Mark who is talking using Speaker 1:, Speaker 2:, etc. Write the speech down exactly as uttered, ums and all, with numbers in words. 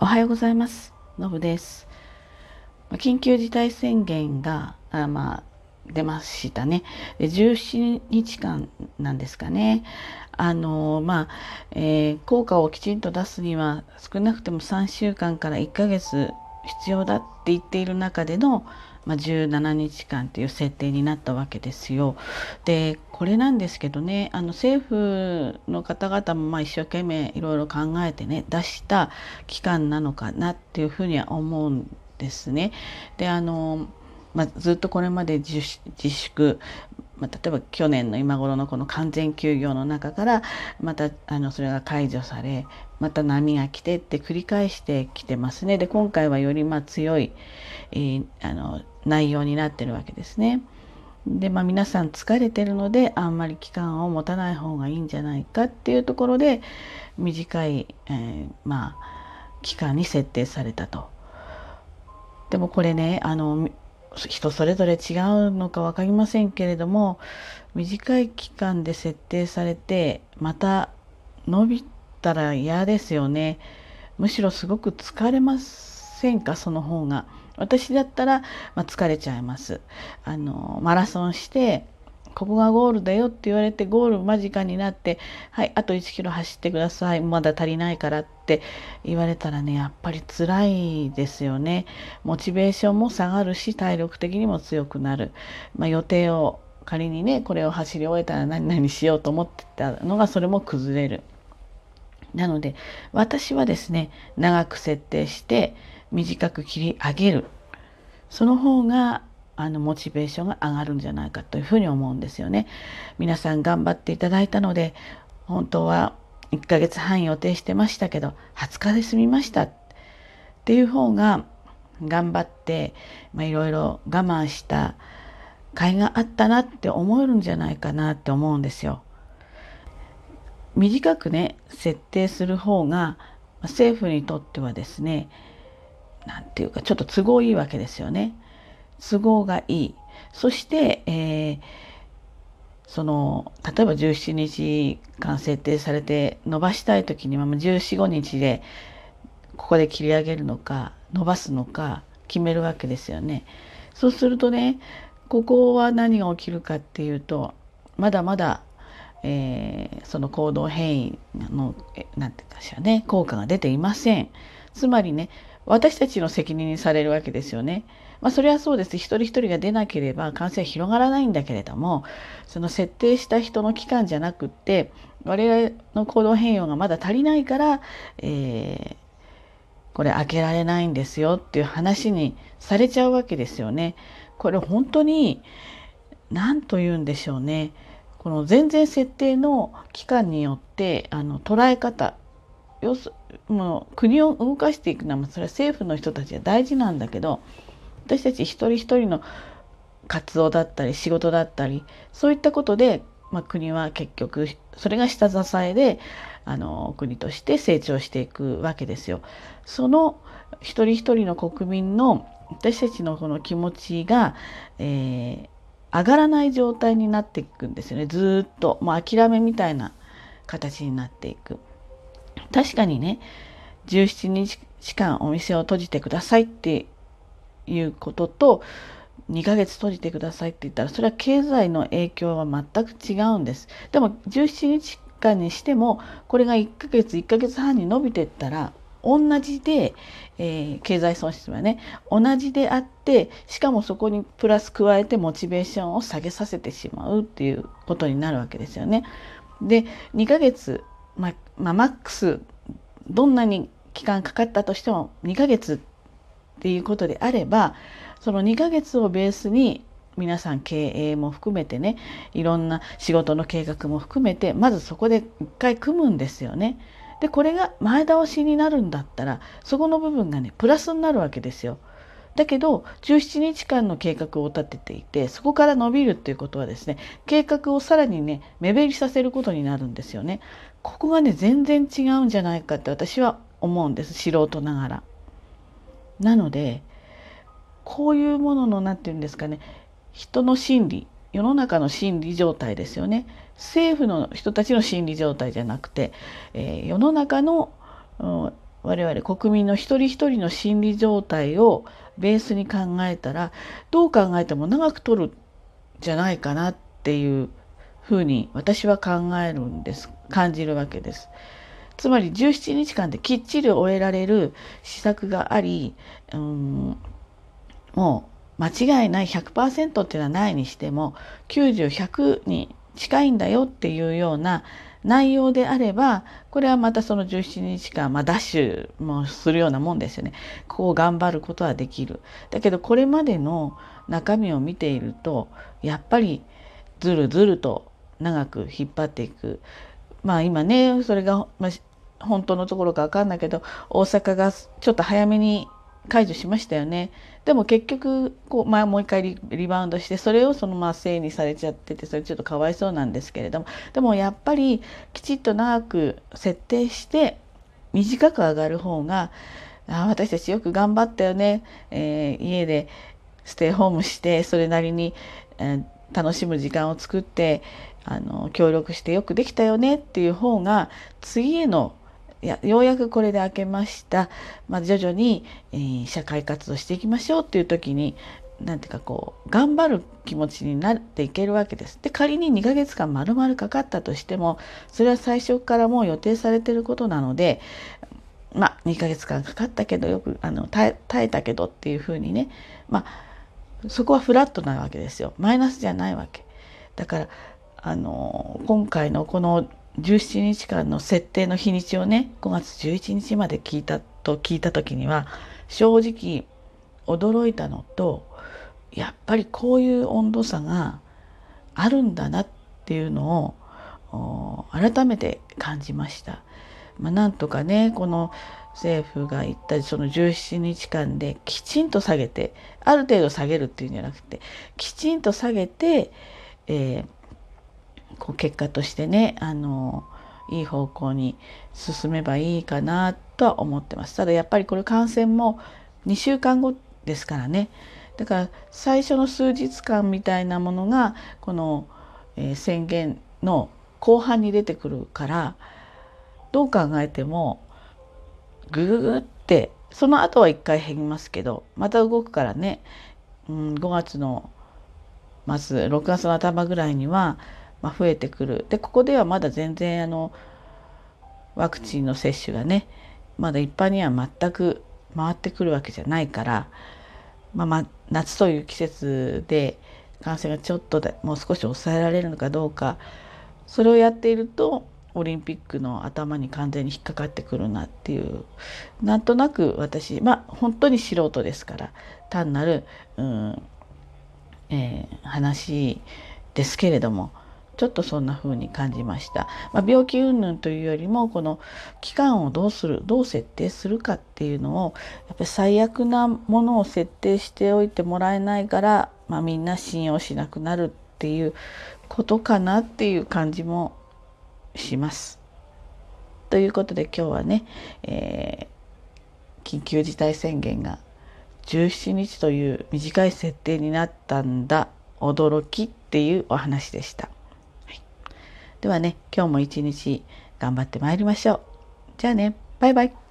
Speaker 1: おはようございます。のぶです。緊急事態宣言があ、まあ、出ましたね。でじゅうしちにちかんなんですかね。あのまあ、えー効果をきちんと出すには少なくてもさんしゅうかんかんからいっかげつ必要だって言っている中での、まあ、じゅうしちにちかんという設定になったわけですよ。でこれなんですけどね、あの政府の方々もまあ一生懸命いろいろ考えてね出した期間なのかなっていうふうには思うんですね。であのまあ、ずっとこれまで自粛、まあ、例えば去年の今頃のこの完全休業の中からまたあのそれが解除され、また波が来てって繰り返してきてますね。で今回はよりまあ強い、えー、あの内容になってるわけですね。でまあ皆さん疲れてるのであんまり期間を持たない方がいいんじゃないかっていうところで短い、えー、まあ期間に設定されたと。でもこれね、あの人それぞれ違うのか分かりませんけれども、短い期間で設定されてまた伸びたら嫌ですよね。むしろすごく疲れませんか、その方が。私だったら、まあ、疲れちゃいます。あのマラソンしてここがゴールだよって言われてゴール間近になって、はいあといちキロ走ってください、まだ足りないからって言われたらね、やっぱり辛いですよね。モチベーションも下がるし体力的にも強くなる、まあ、予定を仮にねこれを走り終えたら何々しようと思ってたのがそれも崩れる。なので私はですね、長く設定して短く切り上げる、その方があのモチベーションが上がるんじゃないかというふうに思うんですよね。皆さん頑張っていただいたので、本当はいっかげつはん予定してましたけどはつかで済みましたっていう方が、頑張っていろいろ我慢した甲斐があったなって思えるんじゃないかなって思うんですよ。短くね設定する方が政府にとってはですね、なんていうかちょっと都合いいわけですよね。都合がいい。そして、えー、その例えばじゅうしちにちかん設定されて伸ばしたい時にはじゅうよん、ごにちでここで切り上げるのか伸ばすのか決めるわけですよね。そうするとね、ここは何が起きるかっていうと、まだまだ、えー、その行動変異のなんていうかしらね、効果が出ていません。つまりね、私たちの責任にされるわけですよね。まあそれはそうです。一人一人が出なければ感染は広がらないんだけれども、その設定した人の期間じゃなくって、我々の行動変容がまだ足りないから、えー、これ開けられないんですよっていう話にされちゃうわけですよね。これ本当に何と言うんでしょうね。この全然設定の期間によってあの捉え方、要すもう国を動かしていくのはそれは政府の人たちは大事なんだけど、私たち一人一人の活動だったり仕事だったりそういったことで、まあ、国は結局それが下支えであの国として成長していくわけですよ。その一人一人の国民の私たちのこの気持ちが、えー、上がらない状態になっていくんですよね。ずっともう諦めみたいな形になっていく。確かにね、じゅうしちにちかんお店を閉じてくださいっていうこととにかげつ閉じてくださいって言ったら、それは経済の影響は全く違うんです。でもじゅうしちにちかんにしてもこれがいっかげついっかげつはんに伸びていったら同じで、えー、経済損失はね同じであって、しかもそこにプラス加えてモチベーションを下げさせてしまうっていうことになるわけですよね。でにかげつ、まあ、まあ、マックスどんなに期間かかったとしてもにかげつっていうことであれば、そのにかげつをベースに皆さん経営も含めてね、いろんな仕事の計画も含めてまずそこで一回組むんですよね。でこれが前倒しになるんだったらそこの部分がねプラスになるわけですよ。だけどじゅうしちにちかんの計画を立てていてそこから伸びるっていうことはですね、計画をさらにね目減りさせることになるんですよね。ここがね全然違うんじゃないかって私は思うんです、素人ながら。なのでこういうものの何て言うんですかね、人の心理、世の中の心理状態ですよね。政府の人たちの心理状態じゃなくて、えー、世の中の、うん、 我々国民の一人一人の心理状態をベースに考えたら、どう考えても長く取るんじゃないかなっていうふうに私は考えるんです。感じるわけです。つまりじゅうしちにちかんできっちり終えられる施策があり、うん、もう間違いない ひゃくパーセント っていうのはないにしてもきゅうじゅう、ひゃくに近いんだよっていうような内容であれば、これはまたそのじゅうしちにちかん、まあ、ダッシュもするようなもんですよね。こう頑張ることはできる。だけどこれまでの中身を見ていると、やっぱりずるずると長く引っ張っていく。まあ今ね、それが、まあ、本当のところか分かんないけど、大阪がちょっと早めに解除しましたよね。でも結局こう、まあ、もう一回 リ, リバウンドして、それをそのまませいにされちゃってて、それちょっとかわいそうなんですけれども、でもやっぱりきちっと長く設定して短く上がる方が、あ、私たちよく頑張ったよね、えー、家でステイホームしてそれなりに、えー、楽しむ時間を作ってあの協力してよくできたよねっていう方が、次への、いやようやくこれで明けました、まあ、徐々に、えー、社会活動していきましょうっていう時に、なんていうかこう頑張る気持ちになっていけるわけです。で、仮ににかげつかん丸々かかったとしても、それは最初からもう予定されていることなので、まあにかげつかんかかったけどよくあの 耐, え耐えたけどっていうふうにね、まあそこはフラットなわけですよ。マイナスじゃないわけだから、あの今回のこのじゅうしちにちかんの設定の日にちをね、ごがつじゅういちにちまで聞いたと聞いた時には正直驚いたのと、やっぱりこういう温度差があるんだなっていうのを改めて感じました。まあ、なんとかね、この政府が言ったそのじゅうしちにちかんできちんと下げて、ある程度下げるっていうんじゃなくて、きちんと下げて、えー、こう結果としてね、あのいい方向に進めばいいかなとは思ってます。ただやっぱりこれ感染もにしゅうかんごですからね。だから最初の数日間みたいなものがこの、えー、宣言の後半に出てくるから、どう考えてもグググってその後はいっかい減りますけど、また動くからね、うん、ごがつの末ろくがつの頭ぐらいには、まあ、増えてくる。でここではまだ全然あのワクチンの接種がね、まだ一般には全く回ってくるわけじゃないから、まあ、まあ夏という季節で感染がちょっとでもう少し抑えられるのかどうか、それをやっているとオリンピックの頭に完全に引っかかってくるなっていう、なんとなく私、まあ本当に素人ですから単なる、うんえー、話ですけれども、ちょっとそんな風に感じました。まあ、病気云々というよりも、この期間をどうする、どう設定するかっていうのを、やっぱり最悪なものを設定しておいてもらえないから、まあ、みんな信用しなくなるっていうことかなっていう感じもします。ということで今日はね、えー、緊急事態宣言がじゅうしちにちという短い設定になったんだ、驚きっていうお話でした。はい、ではね、今日も一日頑張ってまいりましょう。じゃあね、バイバイ。